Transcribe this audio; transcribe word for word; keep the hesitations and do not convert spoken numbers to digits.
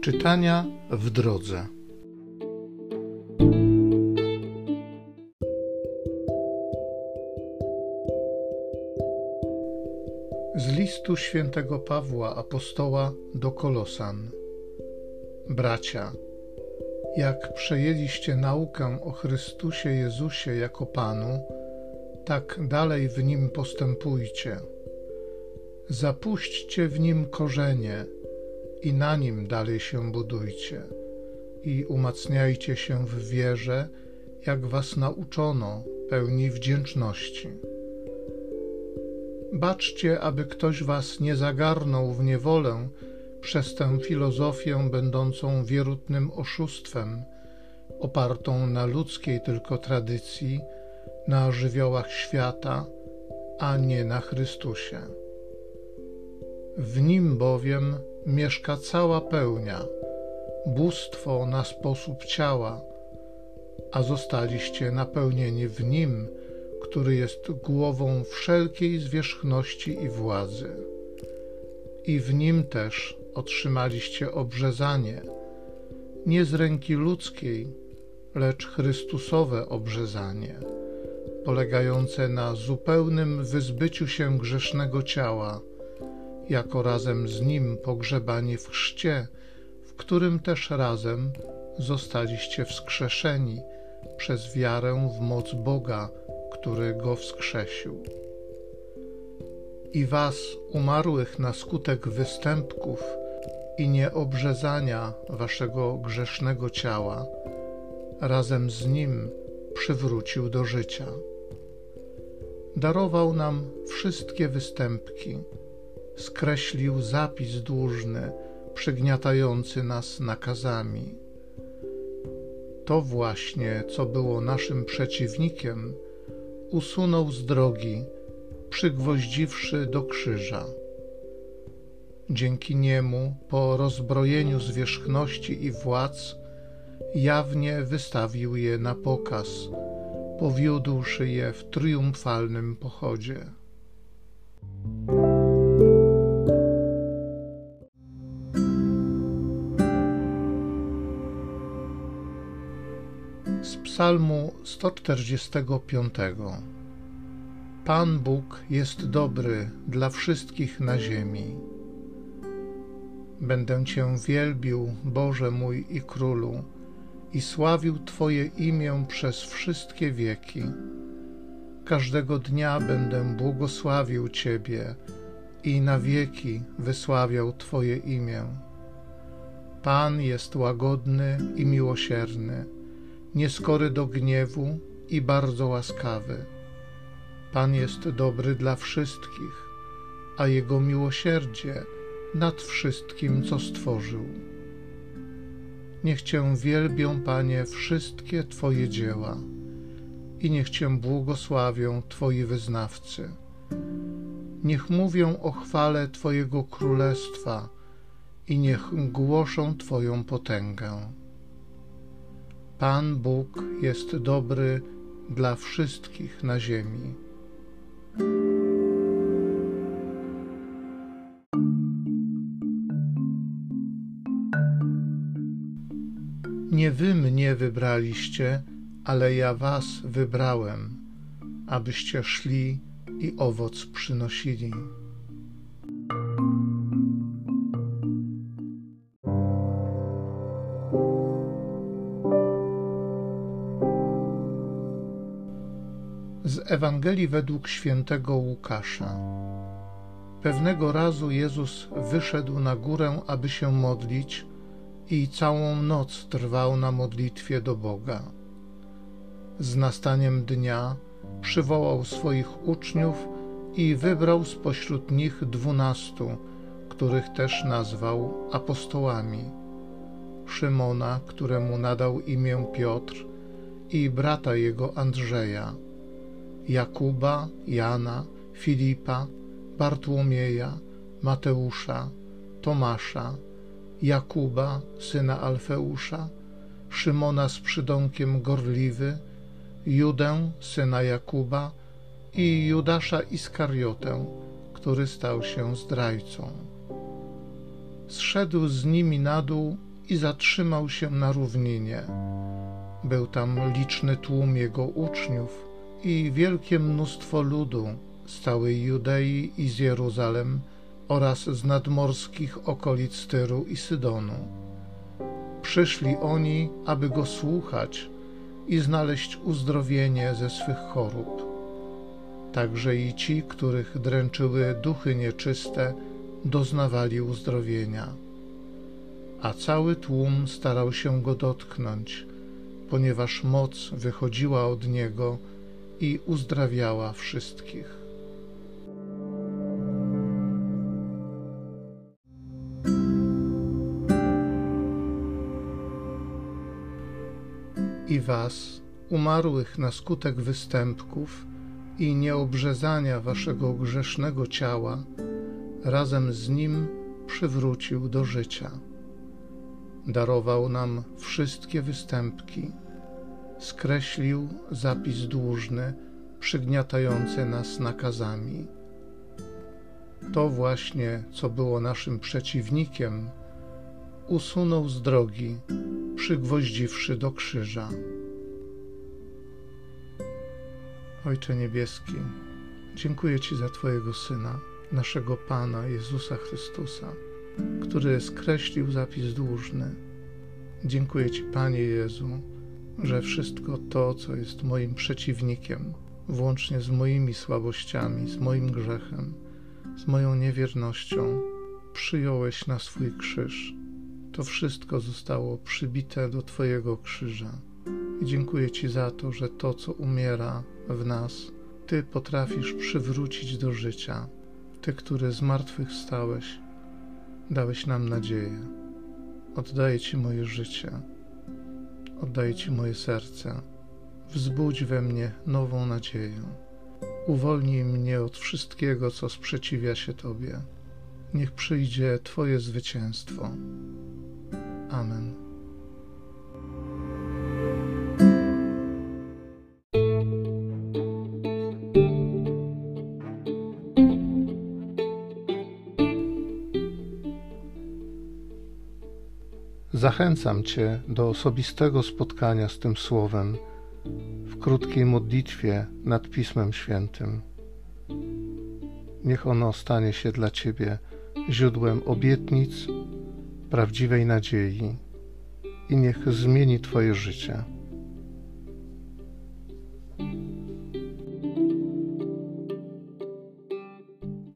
Czytania w drodze. Z listu świętego Pawła apostoła do Kolosan. Bracia, jak przejęliście naukę o Chrystusie Jezusie jako Panu, tak dalej w Nim postępujcie. Zapuśćcie w Nim korzenie i na Nim dalej się budujcie i umacniajcie się w wierze, jak was nauczono, pełni wdzięczności. Baczcie, aby ktoś was nie zagarnął w niewolę przez tę filozofię będącą wierutnym oszustwem, opartą na ludzkiej tylko tradycji, na żywiołach świata, a nie na Chrystusie. W Nim bowiem mieszka cała pełnia, bóstwo na sposób ciała, a zostaliście napełnieni w Nim, który jest głową wszelkiej zwierzchności i władzy. I w Nim też otrzymaliście obrzezanie, nie z ręki ludzkiej, lecz Chrystusowe obrzezanie, polegające na zupełnym wyzbyciu się grzesznego ciała, jako razem z Nim pogrzebani w chrzcie, w którym też razem zostaliście wskrzeszeni przez wiarę w moc Boga, który Go wskrzesił. I was, umarłych na skutek występków i nieobrzezania waszego grzesznego ciała, razem z Nim przywrócił do życia. Darował nam wszystkie występki, skreślił zapis dłużny, przygniatający nas nakazami. To właśnie, co było naszym przeciwnikiem, usunął z drogi, przygwoździwszy do krzyża. Dzięki Niemu, po rozbrojeniu zwierzchności i władz, jawnie wystawił je na pokaz, powiódłszy je w triumfalnym pochodzie. Z Psalmu sto czterdziestego piątego. Pan Bóg jest dobry dla wszystkich na ziemi. Będę Cię wielbił, Boże mój i Królu, i sławił Twoje imię przez wszystkie wieki. Każdego dnia będę błogosławił Ciebie i na wieki wysławiał Twoje imię. Pan jest łagodny i miłosierny, nieskory do gniewu i bardzo łaskawy. Pan jest dobry dla wszystkich, a Jego miłosierdzie nad wszystkim, co stworzył. Niech Cię wielbią, Panie, wszystkie Twoje dzieła i niech Cię błogosławią Twoi wyznawcy. Niech mówią o chwale Twojego królestwa i niech głoszą Twoją potęgę. Pan Bóg jest dobry dla wszystkich na ziemi. Nie wy mnie wybraliście, ale ja was wybrałem, abyście szli i owoc przynosili. Z Ewangelii według świętego Łukasza. Pewnego razu Jezus wyszedł na górę, aby się modlić, i całą noc trwał na modlitwie do Boga. Z nastaniem dnia przywołał swoich uczniów i wybrał spośród nich dwunastu, których też nazwał apostołami: Szymona, któremu nadał imię Piotr, i brata jego Andrzeja, Jakuba, Jana, Filipa, Bartłomieja, Mateusza, Tomasza, Jakuba, syna Alfeusza, Szymona z przydomkiem Gorliwy, Judę, syna Jakuba i Judasza Iskariotę, który stał się zdrajcą. Zszedł z nimi na dół i zatrzymał się na równinie. Był tam liczny tłum jego uczniów i wielkie mnóstwo ludu z całej Judei i z Jeruzalem oraz z nadmorskich okolic Tyru i Sydonu. Przyszli oni, aby go słuchać i znaleźć uzdrowienie ze swych chorób. Także i ci, których dręczyły duchy nieczyste, doznawali uzdrowienia. A cały tłum starał się go dotknąć, ponieważ moc wychodziła od niego i uzdrawiała wszystkich. I was, umarłych na skutek występków i nieobrzezania waszego grzesznego ciała, razem z nim przywrócił do życia. Darował nam wszystkie występki, skreślił zapis dłużny, przygniatający nas nakazami. To właśnie, co było naszym przeciwnikiem, usunął z drogi, przygwoździwszy do krzyża. Ojcze Niebieski, dziękuję Ci za Twojego Syna, naszego Pana Jezusa Chrystusa, który skreślił zapis dłużny. Dziękuję Ci, Panie Jezu, że wszystko to, co jest moim przeciwnikiem, włącznie z moimi słabościami, z moim grzechem, z moją niewiernością, przyjąłeś na swój krzyż. To wszystko zostało przybite do Twojego krzyża. I dziękuję Ci za to, że to, co umiera w nas, Ty potrafisz przywrócić do życia. Ty, który zmartwychwstałeś, dałeś nam nadzieję. Oddaję Ci moje życie. Oddaję Ci moje serce. Wzbudź we mnie nową nadzieję. Uwolnij mnie od wszystkiego, co sprzeciwia się Tobie. Niech przyjdzie Twoje zwycięstwo. Amen. Zachęcam Cię do osobistego spotkania z tym Słowem w krótkiej modlitwie nad Pismem Świętym. Niech ono stanie się dla Ciebie źródłem obietnic, prawdziwej nadziei i niech zmieni Twoje życie.